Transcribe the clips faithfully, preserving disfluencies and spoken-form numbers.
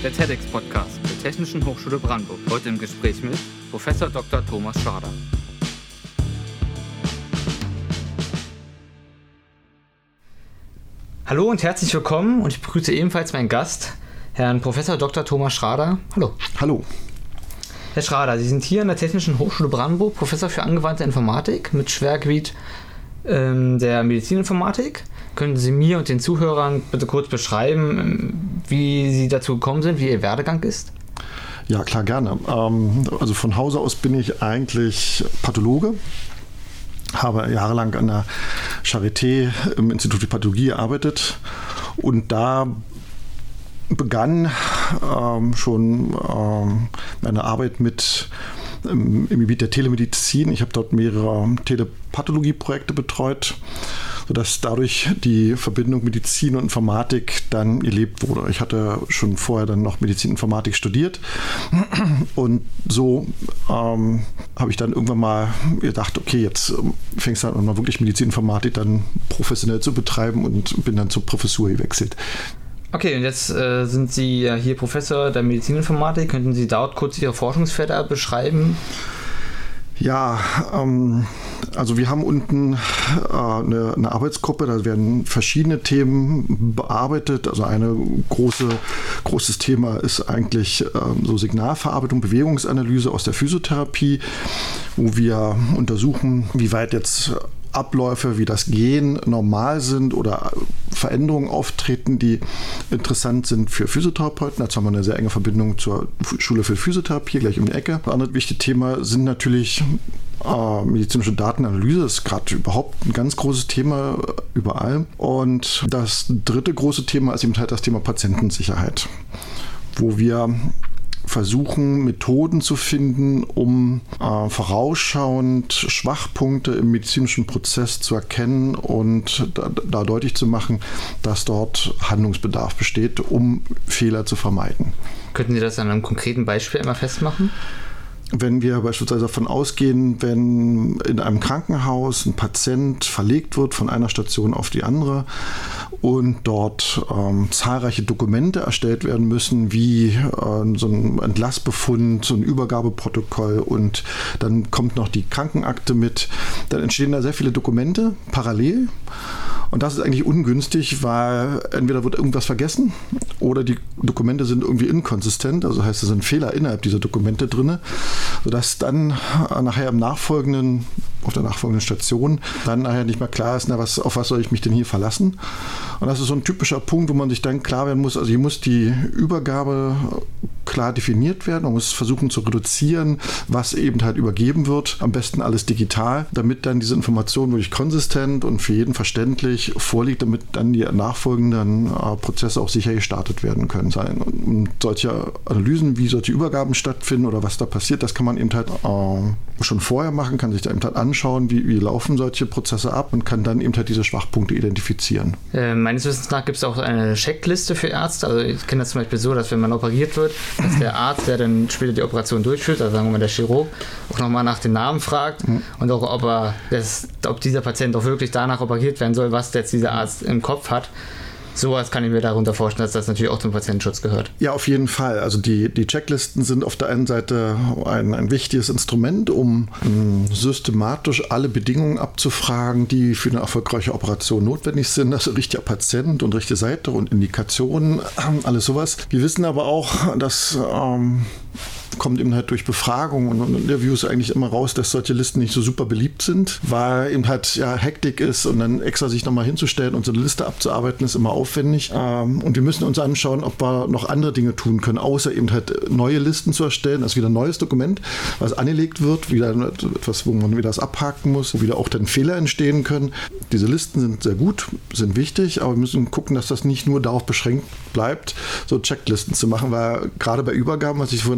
der TEDx-Podcast der Technischen Hochschule Brandenburg. Heute im Gespräch mit Professor Doktor Thomas Schrader. Hallo und herzlich willkommen und ich begrüße ebenfalls meinen Gast, Herrn Professor Doktor Thomas Schrader. Hallo. Hallo. Herr Schrader, Sie sind hier an der Technischen Hochschule Brandenburg Professor für angewandte Informatik mit Schwergebiet ähm, der Medizininformatik. Können Sie mir und den Zuhörern bitte kurz beschreiben, wie Sie dazu gekommen sind, wie Ihr Werdegang ist? Ja, klar, gerne. Ähm, also von Hause aus bin ich eigentlich Pathologe. Habe jahrelang an der Charité im Institut für Pathologie gearbeitet und da begann ähm, schon ähm, meine Arbeit mit ähm, im Gebiet der Telemedizin. Ich habe dort mehrere Telepathologie-Projekte betreut, sodass dadurch die Verbindung Medizin und Informatik dann gelebt wurde. Ich hatte schon vorher dann noch Medizininformatik studiert und so ähm, habe ich dann irgendwann mal gedacht, okay, jetzt fängst du an, mal wirklich Medizininformatik dann professionell zu betreiben und bin dann zur Professur gewechselt. Okay, und jetzt äh, sind Sie ja hier Professor der Medizininformatik. Könnten Sie dort kurz Ihre Forschungsfelder beschreiben? Ja, ähm, also wir haben unten äh, eine, eine Arbeitsgruppe, da werden verschiedene Themen bearbeitet. Also ein große, großes Thema ist eigentlich ähm, so Signalverarbeitung, Bewegungsanalyse aus der Physiotherapie, wo wir untersuchen, wie weit jetzt Abläufe wie das Gehen normal sind oder Veränderungen auftreten, die interessant sind für Physiotherapeuten. Dazu haben wir eine sehr enge Verbindung zur Schule für Physiotherapie, gleich um die Ecke. Ein anderes wichtiges Thema sind natürlich äh, medizinische Datenanalyse. Das ist gerade überhaupt ein ganz großes Thema überall. Und das dritte große Thema ist eben halt das Thema Patientensicherheit, wo wir versuchen, Methoden zu finden, um äh, vorausschauend Schwachpunkte im medizinischen Prozess zu erkennen und da, da deutlich zu machen, dass dort Handlungsbedarf besteht, um Fehler zu vermeiden. Könnten Sie das an einem konkreten Beispiel einmal festmachen? Wenn wir beispielsweise davon ausgehen, wenn in einem Krankenhaus ein Patient verlegt wird von einer Station auf die andere und dort ähm, zahlreiche Dokumente erstellt werden müssen, wie äh, so ein Entlassbefund, so ein Übergabeprotokoll und dann kommt noch die Krankenakte mit, dann entstehen da sehr viele Dokumente parallel. Und das ist eigentlich ungünstig, weil entweder wird irgendwas vergessen oder die Dokumente sind irgendwie inkonsistent, also heißt, es sind Fehler innerhalb dieser Dokumente drin, sodass dann nachher im nachfolgenden, auf der nachfolgenden Station dann nachher nicht mehr klar ist, na, was, auf was soll ich mich denn hier verlassen? Und das ist so ein typischer Punkt, wo man sich dann klar werden muss, also hier muss die Übergabe klar definiert werden, man muss versuchen zu reduzieren, was eben halt übergeben wird, am besten alles digital, damit dann diese Information wirklich konsistent und für jeden verständlich vorliegt, damit dann die nachfolgenden äh, Prozesse auch sicher gestartet werden können. Sein. Und solche Analysen, wie solche Übergaben stattfinden oder was da passiert, das kann man eben halt äh, schon vorher machen, kann sich da eben halt anschauen, wie, wie laufen solche Prozesse ab und kann dann eben halt diese Schwachpunkte identifizieren. Äh, meines Wissens nach gibt es auch eine Checkliste für Ärzte. Also ich kenne das zum Beispiel so, dass wenn man operiert wird, dass der Arzt, der dann später die Operation durchführt, also sagen wir mal der Chirurg, auch nochmal nach dem Namen fragt mhm. und auch ob, er das, ob dieser Patient auch wirklich danach operiert werden soll, was jetzt dieser Arzt im Kopf hat. Sowas kann ich mir darunter vorstellen, dass das natürlich auch zum Patientenschutz gehört. Ja, auf jeden Fall. Also die, die Checklisten sind auf der einen Seite ein, ein wichtiges Instrument, um mh, systematisch alle Bedingungen abzufragen, die für eine erfolgreiche Operation notwendig sind. Also richtiger Patient und richtige Seite und Indikationen, alles sowas. Wir wissen aber auch, dass ähm, kommt eben halt durch Befragungen und Interviews eigentlich immer raus, dass solche Listen nicht so super beliebt sind, weil eben halt ja Hektik ist und dann extra sich nochmal hinzustellen und so eine Liste abzuarbeiten ist immer aufwendig. Und wir müssen uns anschauen, ob wir noch andere Dinge tun können, außer eben halt neue Listen zu erstellen. Das ist wieder ein neues Dokument, was angelegt wird, wieder etwas, wo man wieder das abhaken muss, wo wieder auch dann Fehler entstehen können. Diese Listen sind sehr gut, sind wichtig, aber wir müssen gucken, dass das nicht nur darauf beschränkt bleibt, so Checklisten zu machen, weil gerade bei Übergaben, was ich vorhin das Beispiel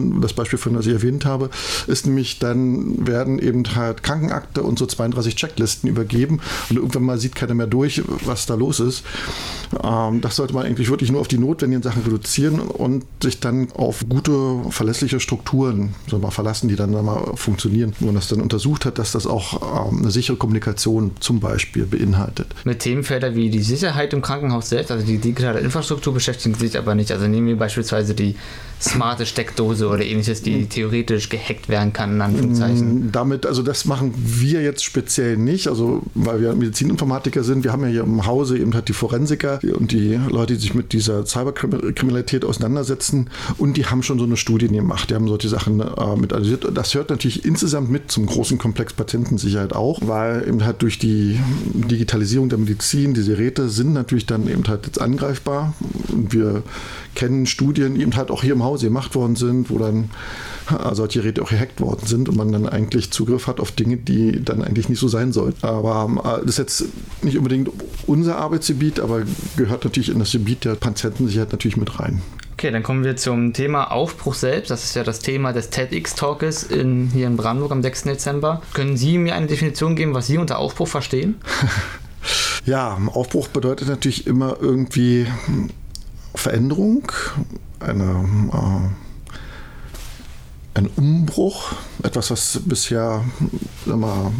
Beispiel, von das ich erwähnt habe, ist nämlich, dann werden eben halt Krankenakte und so zweiunddreißig Checklisten übergeben und irgendwann mal sieht keiner mehr durch, was da los ist. Ähm, das sollte man eigentlich wirklich nur auf die notwendigen Sachen reduzieren und sich dann auf gute, verlässliche Strukturen so mal verlassen, die dann mal funktionieren. Wo man das dann untersucht hat, dass das auch ähm, eine sichere Kommunikation zum Beispiel beinhaltet. Mit Themenfeldern wie die Sicherheit im Krankenhaus selbst, also die digitale Infrastruktur, beschäftigen sich aber nicht. Also nehmen wir beispielsweise die smarte Steckdose oder ähnliches, die theoretisch gehackt werden kann, in Anführungszeichen. Damit, also das machen wir jetzt speziell nicht, also weil wir Medizininformatiker sind. Wir haben ja hier im Hause eben halt die Forensiker und die Leute, die sich mit dieser Cyberkriminalität auseinandersetzen, und die haben schon so eine Studie gemacht. Die haben solche Sachen äh, mit analysiert. Das hört natürlich insgesamt mit zum großen Komplex Patientensicherheit auch, weil eben halt durch die Digitalisierung der Medizin, diese Geräte sind natürlich dann eben halt jetzt angreifbar. Und wir kennen Studien, eben halt auch hier im Hause gemacht worden sind, wo dann solche Geräte auch gehackt worden sind und man dann eigentlich Zugriff hat auf Dinge, die dann eigentlich nicht so sein sollten. Aber das ist jetzt nicht unbedingt unser Arbeitsgebiet, aber gehört natürlich in das Gebiet der Patientensicherheit natürlich mit rein. Okay, dann kommen wir zum Thema Aufbruch selbst. Das ist ja das Thema des TEDx-Talkes in, hier in Brandenburg am sechsten Dezember. Können Sie mir eine Definition geben, was Sie unter Aufbruch verstehen? Ja, Aufbruch bedeutet natürlich immer irgendwie Veränderung, eine, äh, ein Umbruch, etwas, was bisher sagen wir,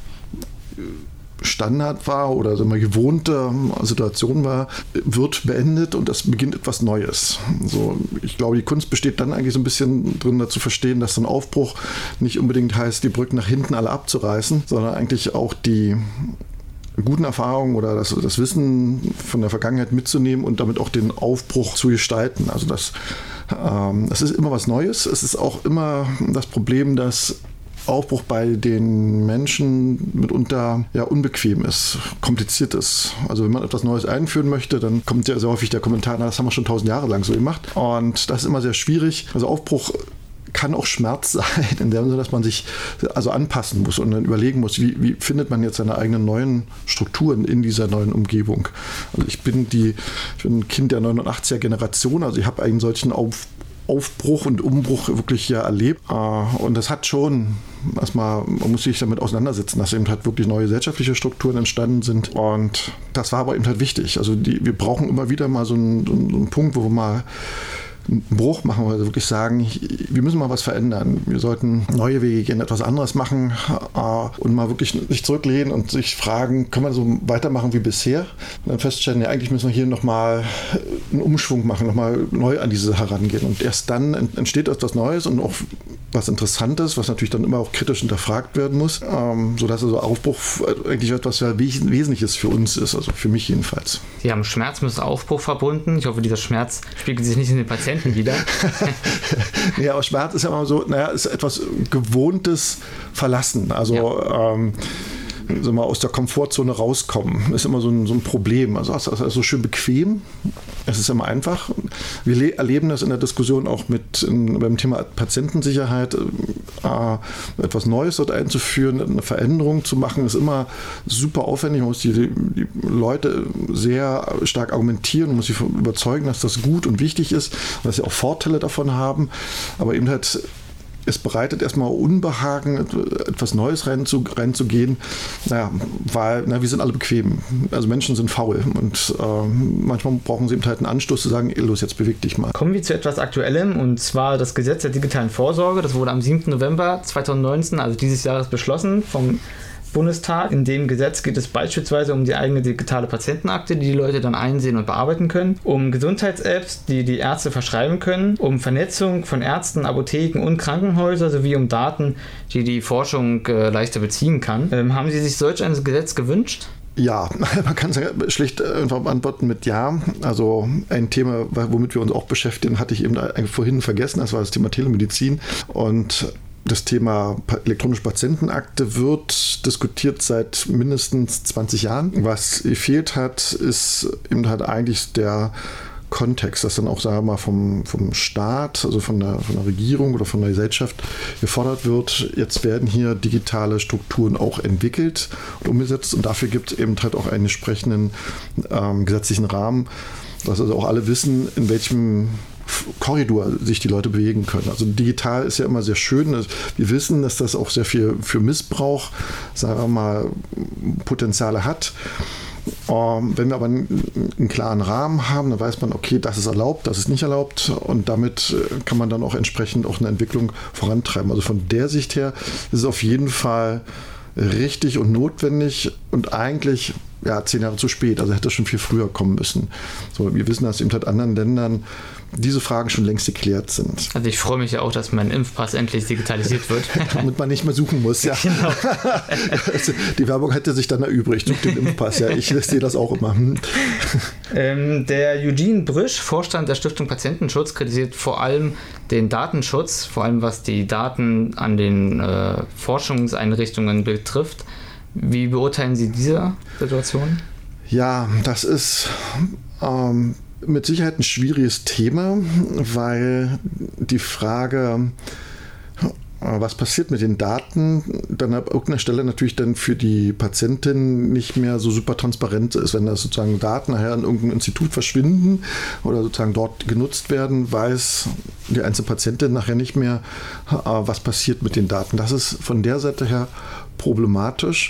Standard war oder sagen wir, gewohnte Situation war, wird beendet und es beginnt etwas Neues. So, ich glaube, die Kunst besteht dann eigentlich so ein bisschen drin, dazu verstehen, dass so ein Aufbruch nicht unbedingt heißt, die Brücken nach hinten alle abzureißen, sondern eigentlich auch die guten Erfahrungen oder das, das Wissen von der Vergangenheit mitzunehmen und damit auch den Aufbruch zu gestalten. Also das, ähm, das ist immer was Neues. Es ist auch immer das Problem, dass Aufbruch bei den Menschen mitunter ja, unbequem ist, kompliziert ist. Also wenn man etwas Neues einführen möchte, dann kommt ja sehr häufig der Kommentar, na, das haben wir schon tausend Jahre lang so gemacht. Und das ist immer sehr schwierig. Also Aufbruch kann auch Schmerz sein, in dem Sinne, dass man sich also anpassen muss und dann überlegen muss, wie, wie findet man jetzt seine eigenen neuen Strukturen in dieser neuen Umgebung. Also ich bin die, ich bin ein Kind der neunundachtziger Generation, also ich habe einen solchen Auf, Aufbruch und Umbruch wirklich ja erlebt. Und das hat schon erstmal, man muss sich damit auseinandersetzen, dass eben halt wirklich neue gesellschaftliche Strukturen entstanden sind. Und das war aber eben halt wichtig. Also die, wir brauchen immer wieder mal so einen, so einen Punkt, wo wir mal einen Bruch machen, wo wir wirklich sagen, wir müssen mal was verändern. Wir sollten neue Wege gehen, etwas anderes machen und mal wirklich sich zurücklehnen und sich fragen, können wir so weitermachen wie bisher? Und dann feststellen, ja, eigentlich müssen wir hier nochmal einen Umschwung machen, nochmal neu an diese herangehen. Und erst dann entsteht etwas Neues und auch was Interessantes, was natürlich dann immer auch kritisch hinterfragt werden muss, sodass also Aufbruch eigentlich etwas Wesentliches für uns ist, also für mich jedenfalls. Sie haben Schmerz mit Aufbruch verbunden. Ich hoffe, dieser Schmerz spiegelt sich nicht in den Patienten wieder. Ja, aber Schmerz ist ja immer so, naja, ist etwas Gewohntes Verlassen. Also ja. ähm, so mal aus der Komfortzone rauskommen, ist immer so ein, so ein Problem. Also es ist also schön bequem, es ist immer einfach. Wir le- erleben das in der Diskussion auch mit in, beim Thema Patientensicherheit. Äh, etwas Neues dort einzuführen, eine Veränderung zu machen, ist immer super aufwendig. Man muss die, die Leute sehr stark argumentieren, man muss sie überzeugen, dass das gut und wichtig ist, dass sie auch Vorteile davon haben. Aber eben halt es bereitet erstmal Unbehagen, etwas Neues reinzu, reinzugehen, naja, weil na, wir sind alle bequem. Also Menschen sind faul und äh, manchmal brauchen sie eben halt einen Anstoß zu sagen, los, jetzt beweg dich mal. Kommen wir zu etwas Aktuellem und zwar das Gesetz der digitalen Vorsorge. Das wurde am siebten November zweitausendneunzehn, also dieses Jahres, beschlossen vom Bundestag. In dem Gesetz geht es beispielsweise um die eigene digitale Patientenakte, die die Leute dann einsehen und bearbeiten können, um Gesundheits-Apps, die die Ärzte verschreiben können, um Vernetzung von Ärzten, Apotheken und Krankenhäusern sowie um Daten, die die Forschung äh, leichter beziehen kann. Ähm, haben Sie sich solch ein Gesetz gewünscht? Ja, man kann es schlicht einfach beantworten mit Ja. Also ein Thema, womit wir uns auch beschäftigen, hatte ich eben vorhin vergessen, das war das Thema Telemedizin. Und das Thema elektronische Patientenakte wird diskutiert seit mindestens zwanzig Jahren. Was gefehlt hat, ist eben halt eigentlich der Kontext, dass dann auch, sagen wir mal, vom, vom Staat, also von der, von der Regierung oder von der Gesellschaft gefordert wird, jetzt werden hier digitale Strukturen auch entwickelt und umgesetzt und dafür gibt es eben halt auch einen entsprechenden ähm, gesetzlichen Rahmen, dass also auch alle wissen, in welchem Korridor sich die Leute bewegen können. Also digital ist ja immer sehr schön. Wir wissen, dass das auch sehr viel für Missbrauch, sagen wir mal, Potenziale hat. Wenn wir aber einen, einen klaren Rahmen haben, dann weiß man, okay, das ist erlaubt, das ist nicht erlaubt und damit kann man dann auch entsprechend auch eine Entwicklung vorantreiben. Also von der Sicht her ist es auf jeden Fall richtig und notwendig und eigentlich ja, zehn Jahre zu spät, also hätte es schon viel früher kommen müssen. So, wir wissen, dass eben in anderen Ländern diese Fragen schon längst geklärt sind. Also ich freue mich ja auch, dass mein Impfpass endlich digitalisiert wird. Damit man nicht mehr suchen muss, ja. Genau. Die Werbung hätte sich dann erübrigt, sucht den Impfpass, ja. Ich sehe das auch immer. Hm. Ähm, der Eugene Brüsch, Vorstand der Stiftung Patientenschutz, kritisiert vor allem den Datenschutz, vor allem was die Daten an den äh, Forschungseinrichtungen betrifft. Wie beurteilen Sie diese Situation? Ja, das ist ähm, mit Sicherheit ein schwieriges Thema, weil die Frage, was passiert mit den Daten, dann an irgendeiner Stelle natürlich dann für die Patientin nicht mehr so super transparent ist. Wenn das sozusagen Daten nachher an irgendeinem Institut verschwinden oder sozusagen dort genutzt werden, weiß die einzelne Patientin nachher nicht mehr, was passiert mit den Daten. Das ist von der Seite her problematisch.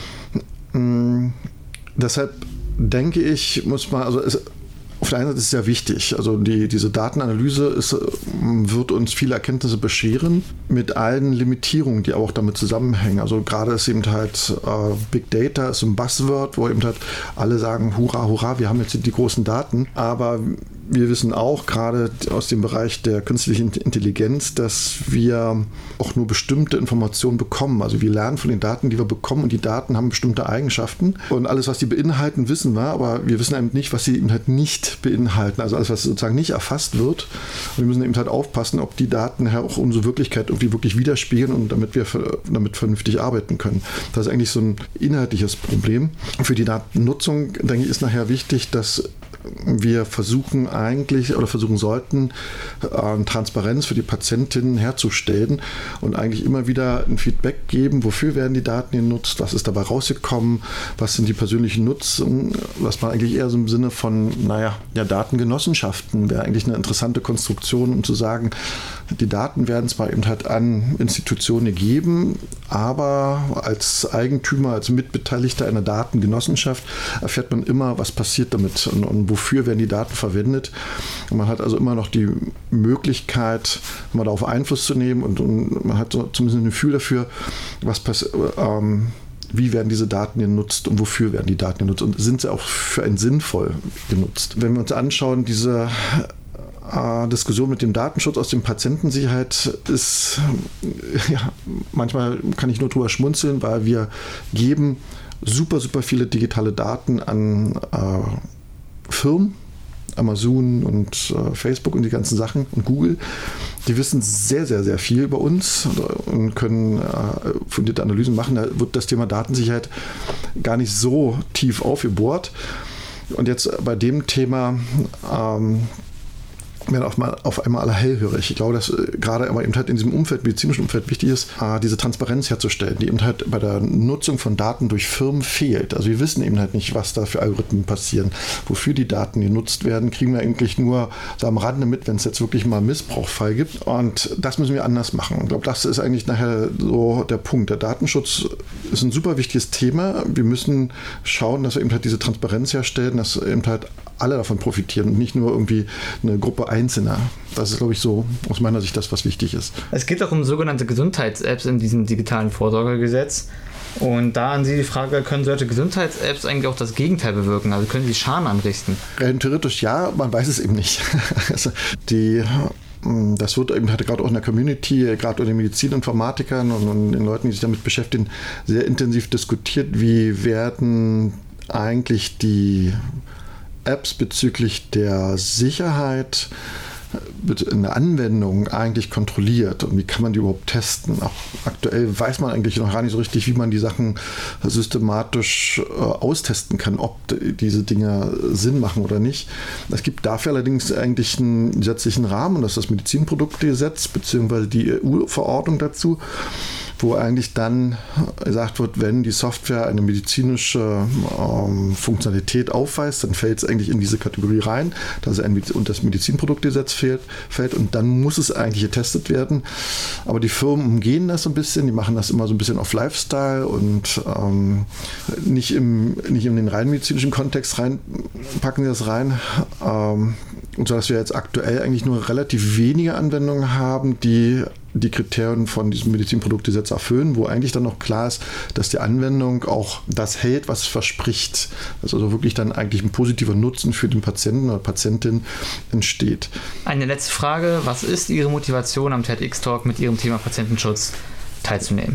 Deshalb denke ich, muss man, also es, auf der einen Seite ist es sehr wichtig, also die, diese Datenanalyse ist, wird uns viele Erkenntnisse bescheren, mit allen Limitierungen, die auch damit zusammenhängen. Also gerade ist eben halt äh, Big Data ist ein Buzzword, wo eben halt alle sagen, hurra, hurra, wir haben jetzt die großen Daten, aber wir wissen auch gerade aus dem Bereich der künstlichen Intelligenz, dass wir auch nur bestimmte Informationen bekommen. Also wir lernen von den Daten, die wir bekommen und die Daten haben bestimmte Eigenschaften und alles, was die beinhalten, wissen wir, aber wir wissen eben nicht, was sie eben halt nicht beinhalten. Also alles, was sozusagen nicht erfasst wird. Und wir müssen eben halt aufpassen, ob die Daten nachher auch unsere Wirklichkeit irgendwie wirklich widerspiegeln und damit wir damit vernünftig arbeiten können. Das ist eigentlich so ein inhaltliches Problem. Für die Datennutzung, denke ich, ist nachher wichtig, dass wir versuchen eigentlich oder versuchen sollten, äh, Transparenz für die Patientinnen herzustellen und eigentlich immer wieder ein Feedback geben, wofür werden die Daten genutzt, was ist dabei rausgekommen, was sind die persönlichen Nutzen, was man eigentlich eher so im Sinne von, naja, ja, Datengenossenschaften wäre eigentlich eine interessante Konstruktion, um zu sagen, die Daten werden zwar eben halt an Institutionen gegeben, aber als Eigentümer, als Mitbeteiligter einer Datengenossenschaft erfährt man immer, was passiert damit und, und wofür werden die Daten verwendet. Und man hat also immer noch die Möglichkeit, mal darauf Einfluss zu nehmen und, und man hat so zumindest ein Gefühl dafür, was passiert. Ähm, Wie werden diese Daten genutzt und wofür werden die Daten genutzt und sind sie auch für einen sinnvoll genutzt? Wenn wir uns anschauen, diese äh, Diskussion mit dem Datenschutz aus dem Patientensicherheit ist, ja, manchmal kann ich nur drüber schmunzeln, weil wir geben super, super viele digitale Daten an äh, Firmen, Amazon und äh, Facebook und die ganzen Sachen und Google, die wissen sehr, sehr, sehr viel über uns und können äh, fundierte Analysen machen. Da wird das Thema Datensicherheit gar nicht so tief aufgebohrt. Und jetzt bei dem Thema ähm, werden auf, mal, auf einmal alle hellhörig. Ich glaube, dass äh, gerade aber eben halt in diesem Umfeld, medizinischen Umfeld wichtig ist, äh, diese Transparenz herzustellen, die eben halt bei der Nutzung von Daten durch Firmen fehlt. Also wir wissen eben halt nicht, was da für Algorithmen passieren, wofür die Daten genutzt werden, kriegen wir eigentlich nur so am Rande mit, wenn es jetzt wirklich mal einen Missbrauchsfall gibt. Und das müssen wir anders machen. Ich glaube, das ist eigentlich nachher so der Punkt. Der Datenschutz ist ein super wichtiges Thema. Wir müssen schauen, dass wir eben halt diese Transparenz herstellen, dass eben halt alle davon profitieren und nicht nur irgendwie eine Gruppe Einzelner. Das ist, glaube ich, so aus meiner Sicht das, was wichtig ist. Es geht auch um sogenannte Gesundheits-Apps in diesem digitalen Vorsorgegesetz. Und da an Sie die Frage, können solche Gesundheits-Apps eigentlich auch das Gegenteil bewirken? Also können sie Schaden anrichten? Rein theoretisch ja, man weiß es eben nicht. Also die Das wird eben halt gerade auch in der Community, gerade unter den Medizininformatikern und, und den Leuten, die sich damit beschäftigen, sehr intensiv diskutiert, wie werden eigentlich die Apps bezüglich der Sicherheit in der Anwendung eigentlich kontrolliert und wie kann man die überhaupt testen? Auch aktuell weiß man eigentlich noch gar nicht so richtig, wie man die Sachen systematisch äh, austesten kann, ob diese Dinge Sinn machen oder nicht. Es gibt dafür allerdings eigentlich einen gesetzlichen Rahmen, das ist das Medizinproduktegesetz bzw. die E U-Verordnung dazu, wo eigentlich dann gesagt wird, wenn die Software eine medizinische ähm, Funktionalität aufweist, dann fällt es eigentlich in diese Kategorie rein, dass es ein, und das Medizinproduktgesetz fällt, fällt und dann muss es eigentlich getestet werden. Aber die Firmen umgehen das so ein bisschen, die machen das immer so ein bisschen auf Lifestyle und ähm, nicht, im, nicht in den rein medizinischen Kontext rein, packen sie das rein. Ähm, und so dass wir jetzt aktuell eigentlich nur relativ wenige Anwendungen haben, die die Kriterien von diesem Medizinproduktgesetz erfüllen, wo eigentlich dann noch klar ist, dass die Anwendung auch das hält, was es verspricht. Dass also wirklich dann eigentlich ein positiver Nutzen für den Patienten oder Patientin entsteht. Eine letzte Frage. Was ist Ihre Motivation am TEDx-Talk mit Ihrem Thema Patientenschutz teilzunehmen?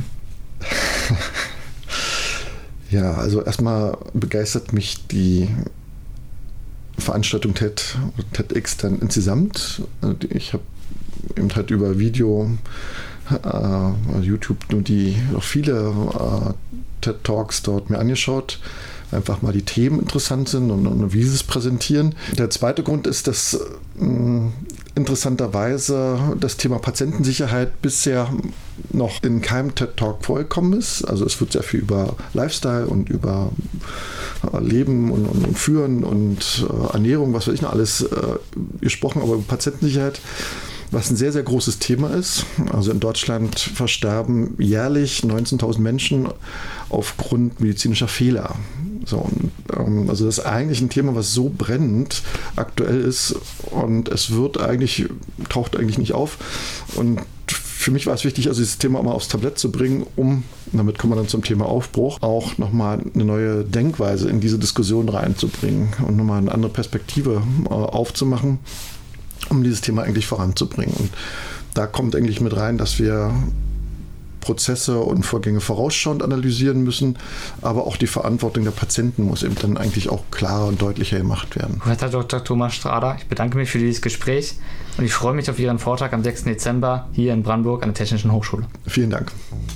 Ja, also erstmal begeistert mich die Veranstaltung TED, TEDx dann insgesamt. Ich habe eben halt über Video, äh, YouTube nur die noch viele äh, TED Talks dort mir angeschaut. Einfach mal die Themen interessant sind und, und wie sie es präsentieren. Der zweite Grund ist, dass mh, interessanterweise das Thema Patientensicherheit bisher noch in keinem TED Talk vorgekommen ist. Also es wird sehr viel über Lifestyle und über äh, Leben und, und, und Führen und äh, Ernährung, was weiß ich noch alles, äh, gesprochen, aber über Patientensicherheit, was ein sehr, sehr großes Thema ist. Also in Deutschland versterben jährlich neunzehntausend Menschen aufgrund medizinischer Fehler. So, und, ähm, also das ist eigentlich ein Thema, was so brennend aktuell ist und es wird eigentlich, taucht eigentlich nicht auf. Und für mich war es wichtig, also dieses Thema auch mal aufs Tablett zu bringen, um, damit kommen wir dann zum Thema Aufbruch, auch nochmal eine neue Denkweise in diese Diskussion reinzubringen und nochmal eine andere Perspektive äh, aufzumachen, um dieses Thema eigentlich voranzubringen. Und da kommt eigentlich mit rein, dass wir Prozesse und Vorgänge vorausschauend analysieren müssen, aber auch die Verantwortung der Patienten muss eben dann eigentlich auch klarer und deutlicher gemacht werden. Herr Doktor Thomas Strader, ich bedanke mich für dieses Gespräch und ich freue mich auf Ihren Vortrag am sechsten Dezember hier in Brandenburg an der Technischen Hochschule. Vielen Dank.